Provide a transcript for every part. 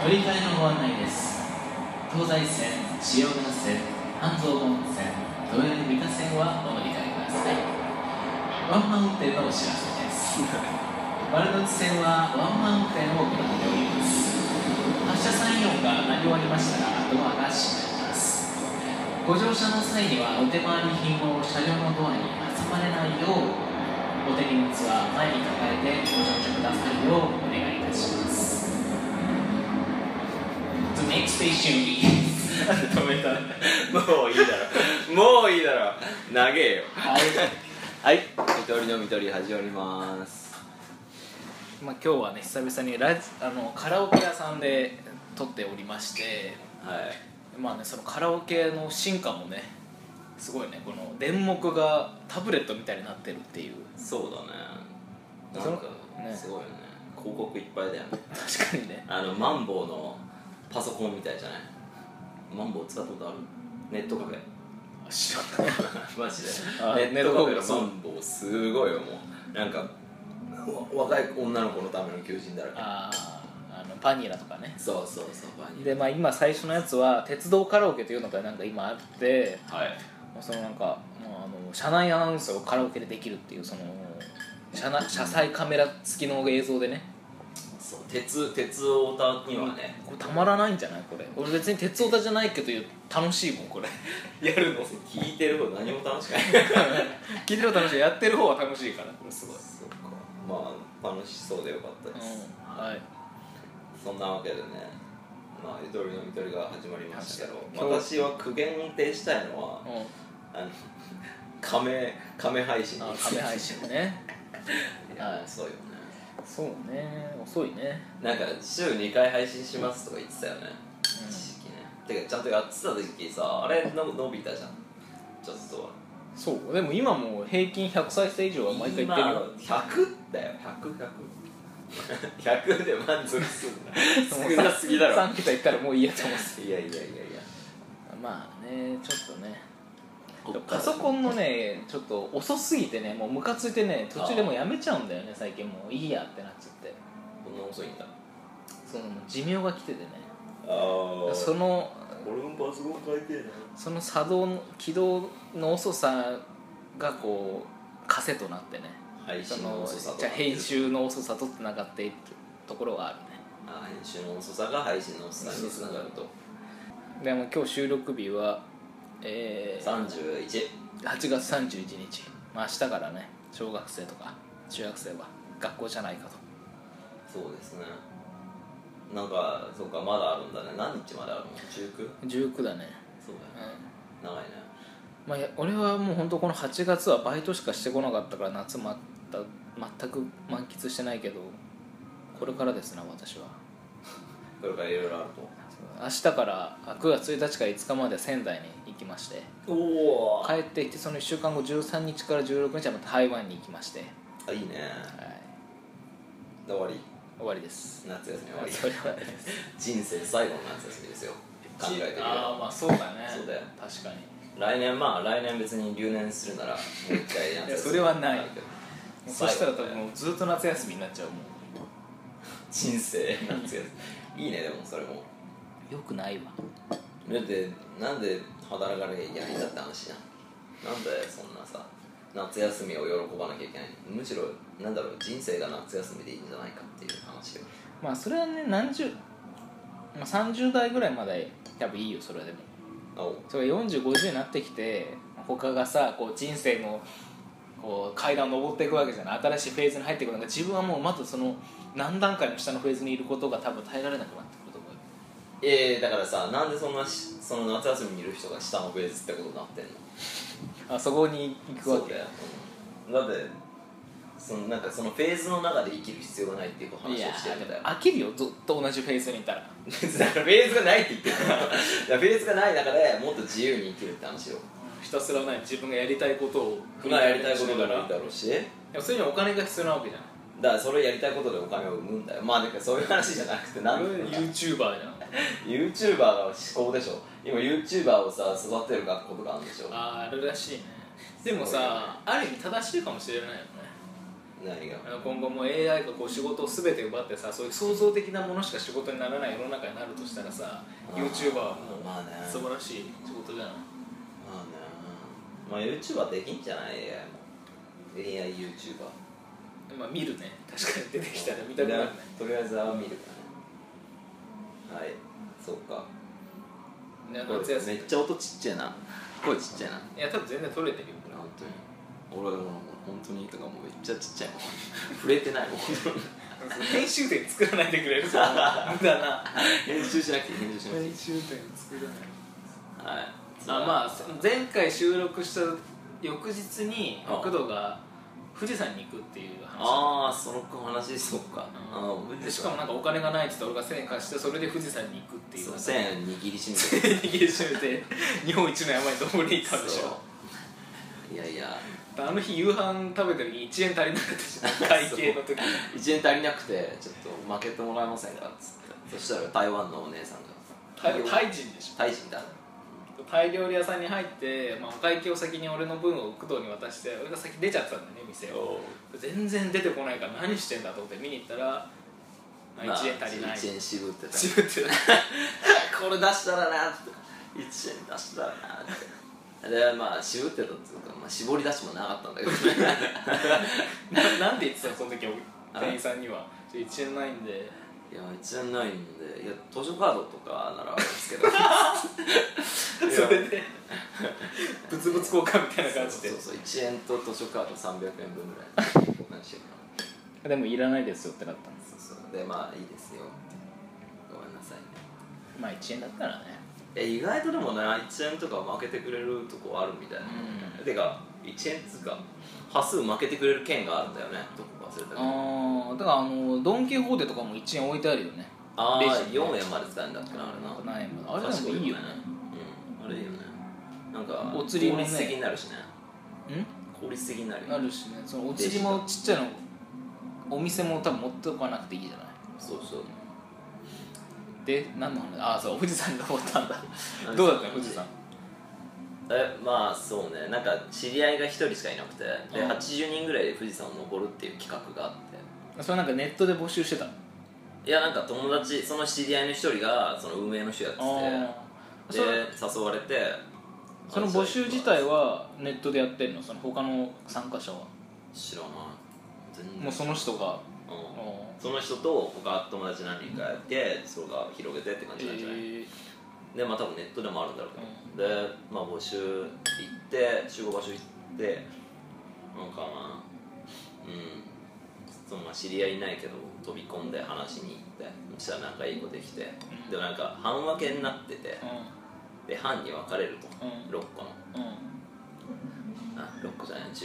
乗り換えのご案内です。東西線、千代田線、半蔵門線、都営三田線はお乗り換えください。ワンマン運転のお知らせです。丸ノ内線はワンマン運転を行っております。発車サイン音が鳴り終わりましたらドアが閉まります。ご乗車の際にはお手回り品を車両のドアに挟まれないよう、お手荷物は前に抱えてご乗車くださるようお願いいたします。The next station is 止めた。もういいだろ、もういいだろ、長えよ。はい、見取りの見取り始まります。 今日はね、久々にカラオケ屋さんで撮っておりまして、 はい。 そのカラオケの進化もね、すごいね、この電目がタブレットみたいになってるっていう。 そうだね。なんかね、 すごいよね。広告いっぱいだよね。 確かにね。 マンボウのパソコンみたいじゃない。マンボウ使ったことある？ネットカフェ。 知らない。 マジで。ネットカフェのマンボウすごいよ、もう。なんか若い女の子のための求人だらけ。 バニラとかね。 そうバニラで、今最初のやつは鉄道カラオケというのがなんか今あって、 はい、 そのなんか車内アナウンスをカラオケでできるっていう、その車載カメラ付きの映像でね。 そう、鉄オタにはね、 これたまらないんじゃない？これ俺別に鉄オタじゃないけど楽しいもんこれやるの。 聞いてる方何も楽しくない聞いてる方楽しい、やってる方は楽しいから、これすごい。 そうか、まあ楽しそうでよかったです、 はい。 そんなわけでね、ゆとりのみとりが始まりましたけど、私は苦言呈したいのは、亀配信について。 亀配信ね遅いよね。 そうね、遅いね。 なんか週2回配信しますとか言ってたよね、一時期ね。てかちゃんとやってた時さ、あれ伸びたじゃん、ちょっとは。 そうでも今もう平均100再生以上は毎回いってるよ。 今100だよ、100で満足するんだ。少なすぎだろ。 3桁いったらもういいやと思って。 いやまあね、ちょっとね、パソコンのね、ちょっと遅すぎてね、もうムカついてね、途中でもうやめちゃうんだよね、最近。もういいやってなっちゃって。 こんな遅いんだ。 その寿命が来ててね。 ああ、 その俺もパソコン変えてえな。 その作動の起動の遅さがこう枷となってね、 配信の遅さとじゃあ編集の遅さとつながっているところはあるね。 編集の遅さが配信の遅さにつながると。 でも今日収録日は、 31、 8月31日、明日からね、小学生とか中学生は学校じゃないかと。 そうですね。なんかそうか、まだあるんだね。何日まであるの？19 だね。 そうだよね、長いね。 俺はもう本当この8月はバイトしかしてこなかったから、夏全く満喫してないけど、これからですな、私は。 これからいろいろあると。 明日から9月1日から5日まで仙台に行きまして、 お帰ってきてその1週間後13日から16日はまた台湾に行きまして、 いいね、終わりです。夏休み終わりです人生最後の夏休みですよ、考えてみれば。 そうだね。 そうだよ、 確かに。 来年別に留年するならもう一回夏休みそれはないけど、 そしたら多分もうずっと夏休みになっちゃうもん。 人生夏休みいいね。でもそれもよくないわ。 だってなんで働かなきゃいけないんだって話じゃん。なんでそんなさ、夏休みを喜ばなきゃいけない。むしろなんだろう、人生が夏休みでいいんじゃないかっていう話よ。 それはね、30代ぐらいまで多分いいよ、それは。でもそれが40、50になってきて、他がさ、こう人生のこう階段を登っていくわけじゃない。新しいフェーズに入っていくのが、自分はもうまずその何段階も下のフェーズにいることが多分耐えられなくなってくると思うよ。 だからさ、なんでその夏休みにいる人が下のフェーズってことになってんの？ そこに行くわけ。 そうだよ、だってなんかそのフェーズの中で生きる必要がないっていう話をしてるんだよ。 飽きるよ、ずっと同じフェーズにいたら。 だからフェーズがないって言ってるからフェーズがない中でもっと自由に生きるって話を。 ひたすら自分がやりたいことをやりたいことでもいいだろうし、 でもそれにはお金が必要なわけじゃん。 だからそれをやりたいことでお金を生むんだよ。だからそういう話じゃなくて、なんで YouTuber じゃん。 YouTuber が思考でしょ。今 YouTuber をさ育てる学校とかあるんでしょ。 あるらしいね。でもさ、ある意味正しいかもしれないよね。 何が今後も AI がこう仕事を全て奪ってさ、そういう創造的なものしか仕事にならない世の中になるとしたらさ、 YouTuber はもうまあね素晴らしい仕事じゃない。 まあ YouTuber できんじゃない AI YouTuber。 まあ見るね、確かに出てきたら見たくなるね。 とりあえずは見るからね。はい、そうか。 夏休みめっちゃ音ちっちゃいな、声ちっちゃいな。 いや多分全然取れてるよ。 本当に俺はもう本当にとかもうめっちゃちっちゃいもん触れてないもん編集点作らないでくれる。その無駄な編集しなくていい、編集しなくていい。 編集点作らない。 はい。 まあ前回収録した翌日にあ工藤が富士山に行くっていう話。 ああ、その話、そっか。 でしかもなんかお金がないって言って俺が1000円貸して、それで富士山に行くっていう。 そう、1000円握りしめて握りしめて日本一の山に登りに行ったんでしょ。 いやいや、 あの日夕飯食べた時に1円足りなかったし、会計の時に 1円足りなくてちょっと負けてもらえませんかっつって、そしたら台湾のお姉さんがタイ人でしょ。 タイ人だ。 タイ料理屋さんに入って、お会計を先に俺の分を工藤に渡して、俺が先出ちゃってたんだよね、店を。全然出てこないから何してんだと思って見に行ったら、1円足りない。 1円渋ってた。 渋ってたこれ出したらなって、1円出したらなってで、まあ渋ってたっていうか、絞り出しもなかったんだけどなんで言ってたのその時、店員さんには1円ないんで。 いや、1円ないんで、いや、図書カードとかならあるんですけどそれで物々交換みたいな感じで。 そう1円と図書カード300円分ぐらい交換してるからでもいらないですよってなったんです。 そうで、まあいいですよ、ごめんなさいね。 まあ1円だったらね。 意外とでもね、1円とか負けてくれるとこあるみたいな、てか1円つうか端数負けてくれる券があるんだよね、どこか忘れたけど。 だからドン・キホーテとかも1円置いてあるよね。 ああ、 レジ 4円まで使えるんだっけな、あれな。 何円まで。あれでもいいよね。 あれいいよね。なんかお釣りもね効率的になるしね。効率的になるよね。 なるしね。そのお釣りもちっちゃいのお店も多分持っておかなくていいじゃない。 そうそう。 で、何の話？そう、富士山に登ったんだどうだったの富士山。 まあそうね、なんか知り合いが1人しかいなくて、で80人ぐらいで富士山を登るっていう企画があって。 それなんかネットで募集してたの？ いや、なんか友達、その知り合いの一人がその運営の人やってて、で誘われて。 その募集自体はネットでやってんの？その他の参加者は知らない。全然もうその人が、 その人と他友達何人かやってそれが広げてって感じなんじゃない、で、まあ多分ネットでもあるんだろうけど、で、まあ募集行って集合場所行ってなんかその知り合いいないけど飛び込んで話に行って、そしたら仲いい子できて、でもなんか半分けになってて、で班に分かれると、6個の、6個じゃない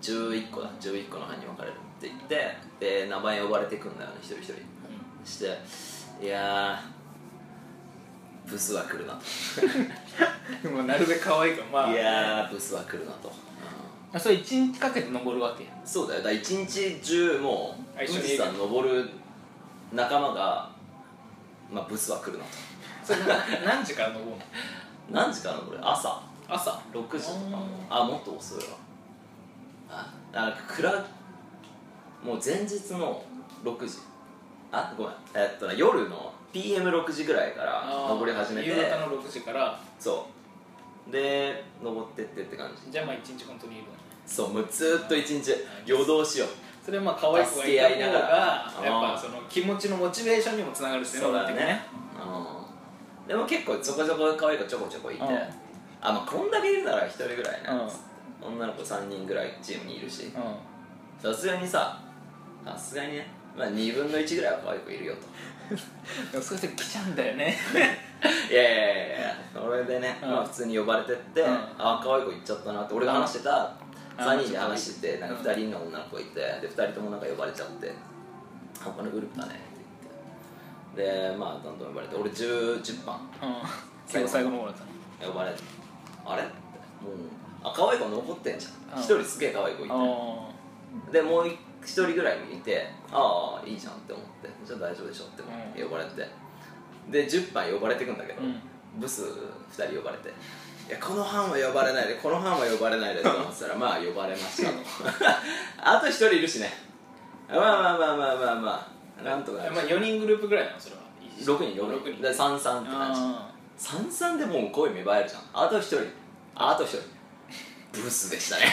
11個だ、11個の班に分かれるって言って、で名前呼ばれてくんだよね、一人一人、して、いやーブスは来るなとでもなるべく可愛いから、 いやーブスは来るなと、 それ1日かけて登るわけ？ そうだよ、だから一日中もう富士山登る仲間が、まあ、ブスは来るなと。 それ何時から登るの？ 何時から登る？朝朝 6時とか。もっと遅いわ。なんかもう前日の6時、ごめん、夜の PM6 時ぐらいから登り始めて、 夕方の6時から。 そうで登ってってって感じ。 じゃあまあ1日本当にいるのね。 そう、もうずっと一日夜通しよ。 それはまあ可愛い子がいた方がやっぱその気持ちのモチベーションにもつながるしね。 そうだね。でも結構ちょこちょこ可愛い子ちょこちょこいて、まあこんだけいるなら1人ぐらいね、女の子3人ぐらいチームにいるし、さすがにね、まあ2分の1ぐらいは可愛い子いるよと。 でもそれで来ちゃうんだよねいやそれでね、まあ普通に呼ばれてって、可愛い子行っちゃったなって、俺が話してた3人で話してて、なんか2人の女の子がいて、で2人ともなんか呼ばれちゃって、他のグループだねって言って、でまあどんどん呼ばれて、俺10番最後の方だったの。 呼ばれて、あれってもう可愛い子残ってんじゃん、1人すげえ可愛い子いて、でもう1人ぐらいいて、いいじゃんって思って、じゃあ大丈夫でしょって思って呼ばれて、で10番呼ばれてくんだけど、ブス2人呼ばれて、いやこの班は呼ばれないで、この班は呼ばれないでって思ってたらまあ呼ばれましたとあと1人いるしね、 なんとかなる、 まあ4人グループぐらいなのそれは。 6人 6人で33って感じ。33でもう声芽生えるじゃん。あと1人ブスでしたね。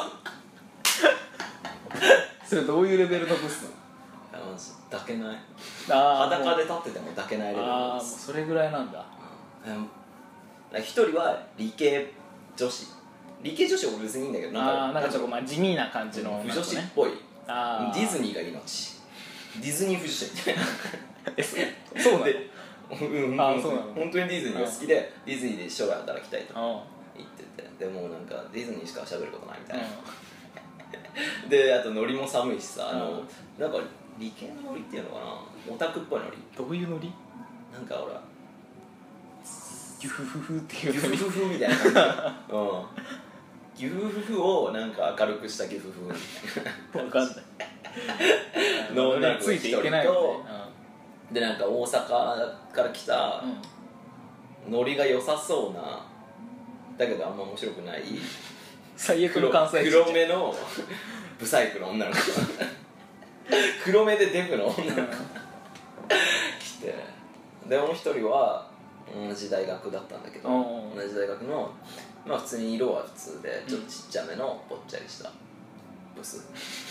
それどういうレベルのブス抱けない、 なの？ 裸で立ってても抱けないレベルもうです。 それぐらいなんだ。 1人は理系女子俺別にいいんだけど、 なんかちょっとまあ地味な感じの不女子っぽい、デあィズニーが命、ディズニー不女子みたいな。 そうなんだ。 でそうなの。 本当にディズニーが好きで、ディズニーで将来働きたいとうん言ってて、でもなんかディズニーしか喋ることないみたいな、であとノリも寒いしさ、なんか理系のノリっていうのかな、オタクっぽいノリ、 どういうノリ？ なんかほらギュフフフっていうギュノリ。 フフフみたいな感じ、ギュフフフをなんか明るくしたギュフフフみわかんない。 の女の子ついていけないよね。 でなんか大阪から来たノリが良さそうな、だけどあんま面白くない最悪の関西人。 黒目のブサイクの女の子黒目でデブの女の子来て、でもう一人は同じ大学だったんだけど、同じ大学のまあ普通に色は普通でちょっとちっちゃめのぽっちゃりしたブス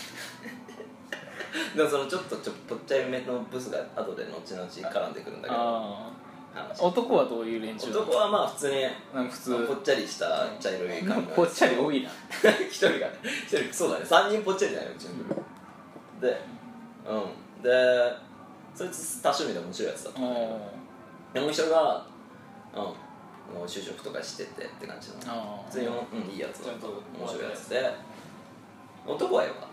でもそのちょっとぽっちゃりめのブスが後で後々絡んでくるんだけど、 男はどういう連中？ 男はまあ普通に普通ぽっちゃりした茶色い髪ぽっちゃり多いな。 一人そうだね、3人ぽっちゃりだようちのグループで、でそいつ多趣味で面白いやつだったんだけど、でもう一人がもう就職とかしててって感じの普通にいいやつだった、面白いやつで、男は良かった。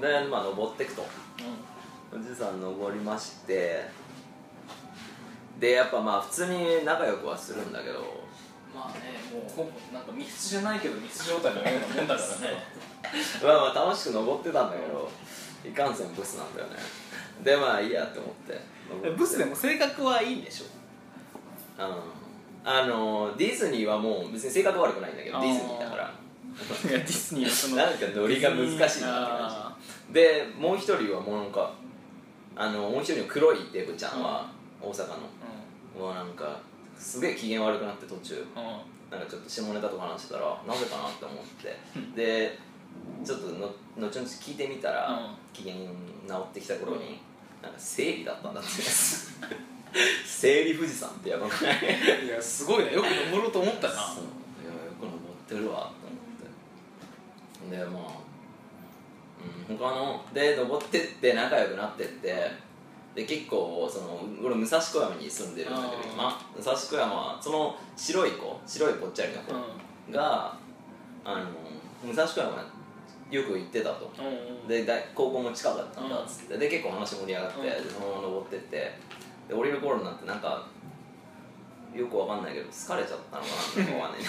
でまあ登ってくと、富士山登りまして、でやっぱまあ普通に仲良くはするんだけど、 まあね、もうほぼなんか密室じゃないけど密室状態のようなもんだからね。 まあ楽しく登ってたんだけど、いかんせんブスなんだよね。でまあいいやって思ってブスでも性格はいいんでしょ？ ディズニーはもう別に性格悪くないんだけど、ディズニーだからいやディズニーのそのなんかノリが難しいなって感じで、もう一人はもうなんかもう一人の黒いデブちゃんは大阪の、もうなんかすげえ機嫌悪くなって途中、なんかちょっと下ネタとか話してたらなぜかなって思って、でちょっと後々聞いてみたら、機嫌治ってきた頃になんか生理だったんだって生理富士山ってやばくない？ いやすごいな、よく登ろうと思ったな。 そう、いやよく登ってるわと思って、でまあ、他ので登ってって仲良くなってって、で結構俺武蔵小山に住んでるんだけど今、武蔵小山はその白いぽっちゃりの子が、武蔵小山よく行ってたと、で高校も近かったんだっつって、で結構話盛り上がって、でそのまま登ってって、で降りる頃になってなんかよくわかんないけど疲れちゃったのかな、なんかわかんない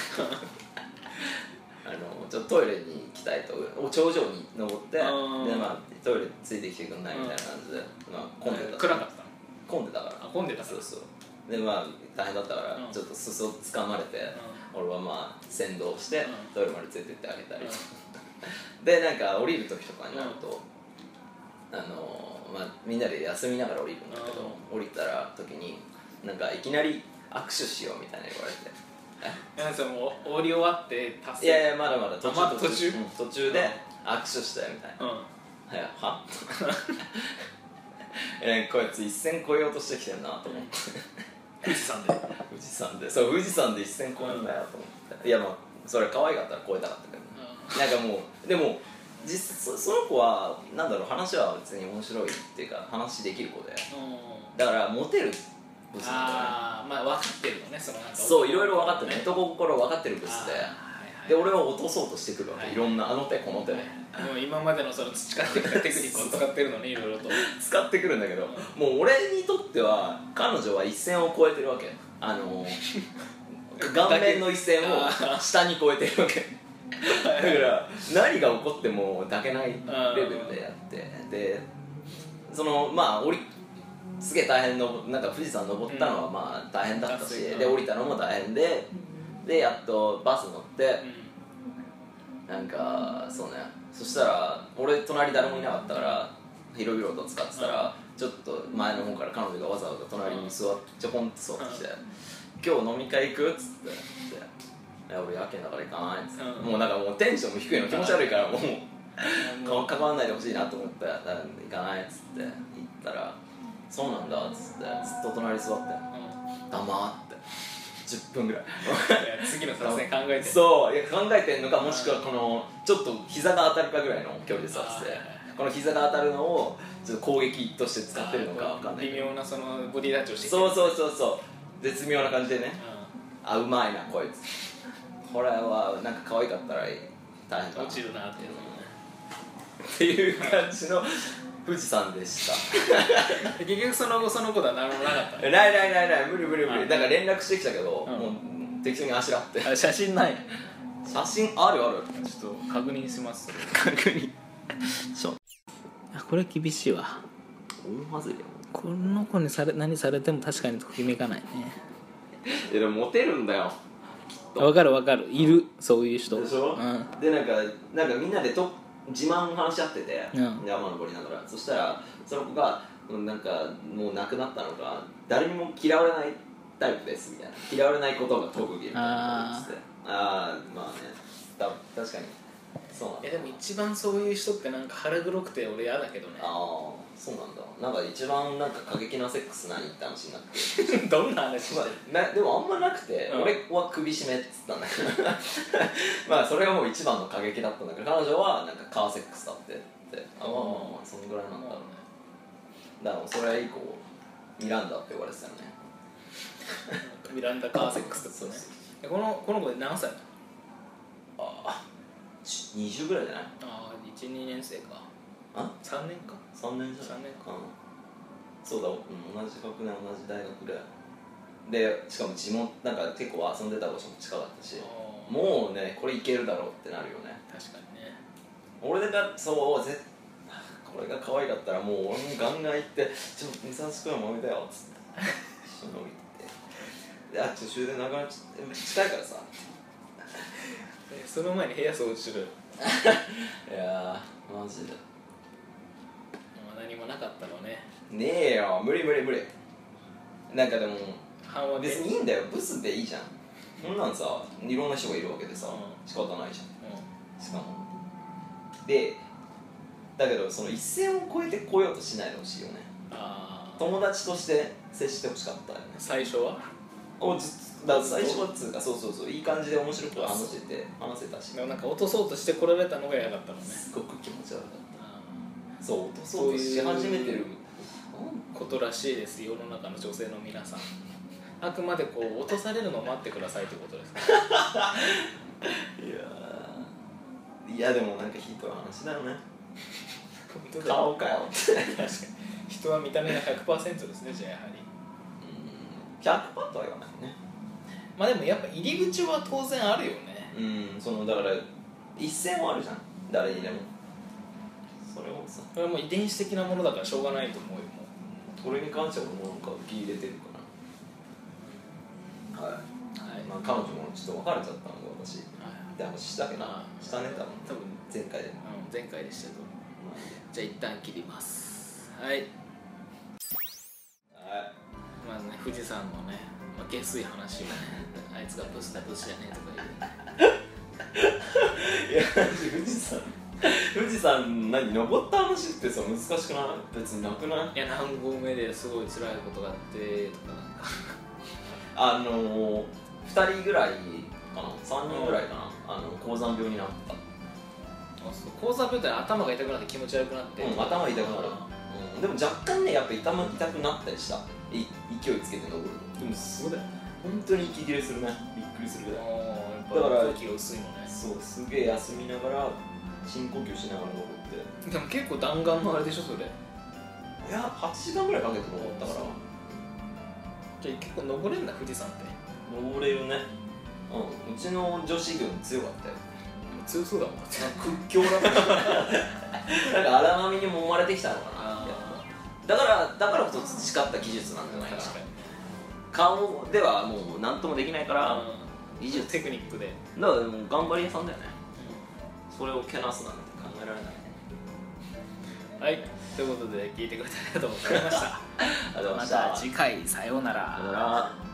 ちょっとトイレに行きたいと、頂上に登って、でまあトイレついてきてくんないみたいな感じで、まあ混んでた、 暗かったの？ 混んでたから、 混んでたから、 そうでまあ大変だったから、ちょっと裾を掴まれて、俺はまあ先導して、トイレまで連れてってあげたりでなんか降りる時とかになると、まあ、みんなで休みながら降りるんだけど、降りたら時になんかいきなり握手しようみたいな言われて、 なんかもう降り終わって達成、 いやいやまだまだ途中で握手したよみたいな、はこいつ一線越えようとしてきてんなと思って富士山でそう富士山で一線越えるんだよと思って、いやまあそれ可愛かったら越えたかったけど、なんかもうでも実その子はなんだろう、話は別に面白いっていうか話できる子で、だからモテるブスなんだよね。 まあ分かってるのね、そのなんかそういろいろ分かってる、男心分かってるブスで、俺を落とそうとしてくるわけ、いろんなあの手この手でもう今までのその培ってきたテクニックを使ってるのね、いろいろと使ってくるんだけど、もう俺にとっては彼女は一線を越えてるわけ、顔面の一線を下に越えてるわけだから何が起こっても抱けないレベルでやって、でまあすげえ大変のなんか富士山登ったのはまあ大変だったし、で降りたのも大変でやっとバス乗って、なんかそうね、そしたら俺隣誰もいなかったから広々と使ってたら、ちょっと前の方から彼女がわざわざ隣に座ってちょこんと座ってきて「今日飲み会行く?」っつって「いや俺やけんだから行かない」っつって、もうなんかもうテンションも低いの気持ち悪いからもう関わんないでほしいなと思って「行かない」っつって行ったら「そうなんだ」っつってずっと隣に座って黙って10分ぐらい次の作戦考えてそういや考えてんのか、もしくはこのちょっと膝が当たるかぐらいの距離で座ってて、この膝が当たるのをちょっと攻撃として使ってるのか分かんない微妙なそのボディタッチをしてきてそう絶妙な感じでね、あうまいなこいつ、これはなんか可愛かったら大変かな落ちるなってっていう感じの富士山でした結局その後そのことは何もなかったない無理だから連絡してきたけど、もう適当にあしらって写真ない写真あるちょっと確認します確認そうこれ厳しいわ大外れよこの子に何されても確かにときめかないねでもモテるんだよわかるいるそういう人でしょ、でなんかみんなで自慢話し合ってて、山登りながらそしたらその子がなんかもう亡くなったのか誰にも嫌われないタイプですみたいな、嫌われないことが特技みたいなこと言ってて、まあね確かにそうなんだ。 でも一番そういう人ってなんか腹黒くて俺嫌だけどねそうなんだ。なんか一番なんか過激なセックス何って話になってどんな話してるでもあんまなくて、俺は首絞めっつったんだけどまあそれがもう一番の過激だったんだけど、彼女はなんかカーセックスだって言ってまあそのぐらいなんだろうね。だからそれ以降ミランダって呼ばれてたよねミランダカーセックスってことね。この子で何歳だ 20ぐらいじゃない 1、2年生か3年か 3年じゃない 3年かそうだ、同じ学年同じ大学でしかも地元なんか結構遊んでた場所も近かったし、もうねこれいけるだろうってなるよね。 確かにね。 俺がこれが可愛かったらもう俺もガンガン行って「ちょっと23しくらいもみだよ」っつって一緒に飲み行ってで終電なくなっちゃって近いからさその前に部屋掃除するいやーマジで何もなかったのね。 ねえよ無理なんかでも別にいいんだよ、ブスでいいじゃん。そんなんさいろんな人がいるわけでさ、仕方ないじゃん、しかもでだけどその一線を越えてこようとしないでほしいよね。友達として接してほしかったよね。 最初は最初はっつうかそういい感じで面白く話せたし、 でもなんか落とそうとしてこられたのが嫌だったのね。 すごく気持ち悪かった。そう落とそうとし始めてることらしいです。世の中の女性の皆さん、あくまでこう落とされるのを待ってくださいということですかいやでもなんかひどい話だよね。 本当だよ。 顔かよって確かに人は見た目が 100% ですね。じゃあやはり 100%とは言わないね。 まあでもやっぱ入り口は当然あるよね。 だから一線はあるじゃん誰にでも。それをさこれはもう遺伝子的なものだからしょうがないと思うよ。 これに関してはもうなんか受け入れてるから。まあ彼女もちょっと別れちゃったので私で話したけどしたね多分前回で前回でしたと。じゃあ一旦切ります。はいまずね富士山のね下水話をねあいつがブスじゃねえとか言ういや富士山何登った話ってさ難しくない？別になくない？ いや何合目ですごい辛いことがあってとかなんか2人ぐらいかな3人ぐらいかな高山病になった。 高山病って頭が痛くなって気持ち悪くなって頭痛くなる。でも若干ねやっぱ痛くなったりした勢いつけて登ると。 でもそうだよね本当に息切れするね。びっくりするぐらい。 だから空気が薄いのね。 そうすげえ休みながら深呼吸しながら登ってでも結構弾丸のあれでしょそれ。 いや8時間ぐらいかけて登ったからじゃあ結構登れんだ富士山って登れるね。うちの女子軍強かったよ。 強そうだもん屈強だったなんか荒波に揉まれてきたのかなだからこそ培った技術なんじゃないかな。顔ではもう何ともできないから技術テクニックでだからもう頑張り屋さんだよね。それをけなすなんて考えられない。 はいということで聞いてくれてありがとうございました。 ありがとうございまました。 た次回さようなら。 さよなら。